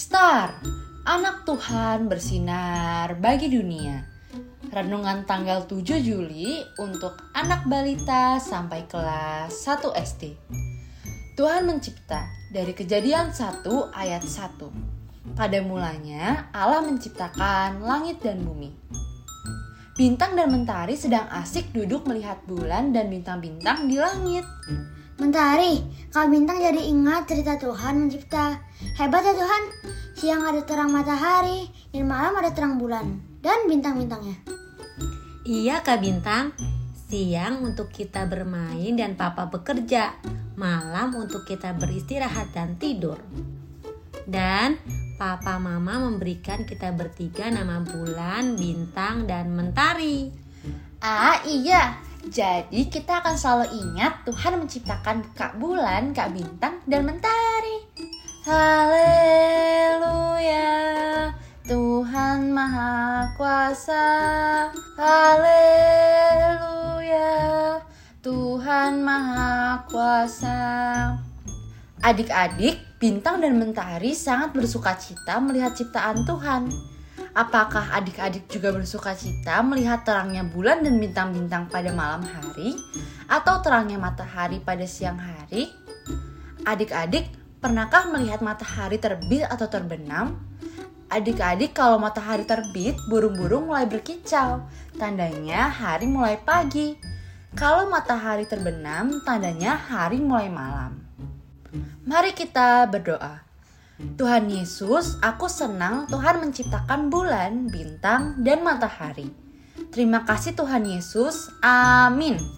Star, anak Tuhan bersinar bagi dunia. Renungan tanggal 7 Juli untuk anak balita sampai kelas 1 SD. Tuhan mencipta dari Kejadian 1 ayat 1. Pada mulanya Allah menciptakan langit dan bumi. Bintang dan mentari sedang asik duduk melihat bulan dan bintang-bintang di langit. Mentari, kalau bintang jadi ingat cerita Tuhan mencipta. Hebat ya Tuhan, siang ada terang matahari, dan malam ada terang bulan, dan bintang-bintangnya. Iya Kak Bintang, siang untuk kita bermain dan Papa bekerja, malam untuk kita beristirahat dan tidur. Dan Papa Mama memberikan kita bertiga nama bulan, bintang, dan mentari. Ah iya, jadi kita akan selalu ingat Tuhan menciptakan Kak Bulan, Kak Bintang, dan Mentari. Haleluya, Tuhan Maha Kuasa. Haleluya, Tuhan Maha Kuasa. Adik-adik, Bintang dan Mentari sangat bersukacita melihat ciptaan Tuhan. Apakah adik-adik juga bersukacita melihat terangnya bulan dan bintang-bintang pada malam hari atau terangnya matahari pada siang hari? Adik-adik, pernahkah melihat matahari terbit atau terbenam? Adik-adik, kalau matahari terbit, burung-burung mulai berkicau. Tandanya hari mulai pagi. Kalau matahari terbenam, tandanya hari mulai malam. Mari kita berdoa. Tuhan Yesus, aku senang Tuhan menciptakan bulan, bintang, dan matahari. Terima kasih Tuhan Yesus. Amin.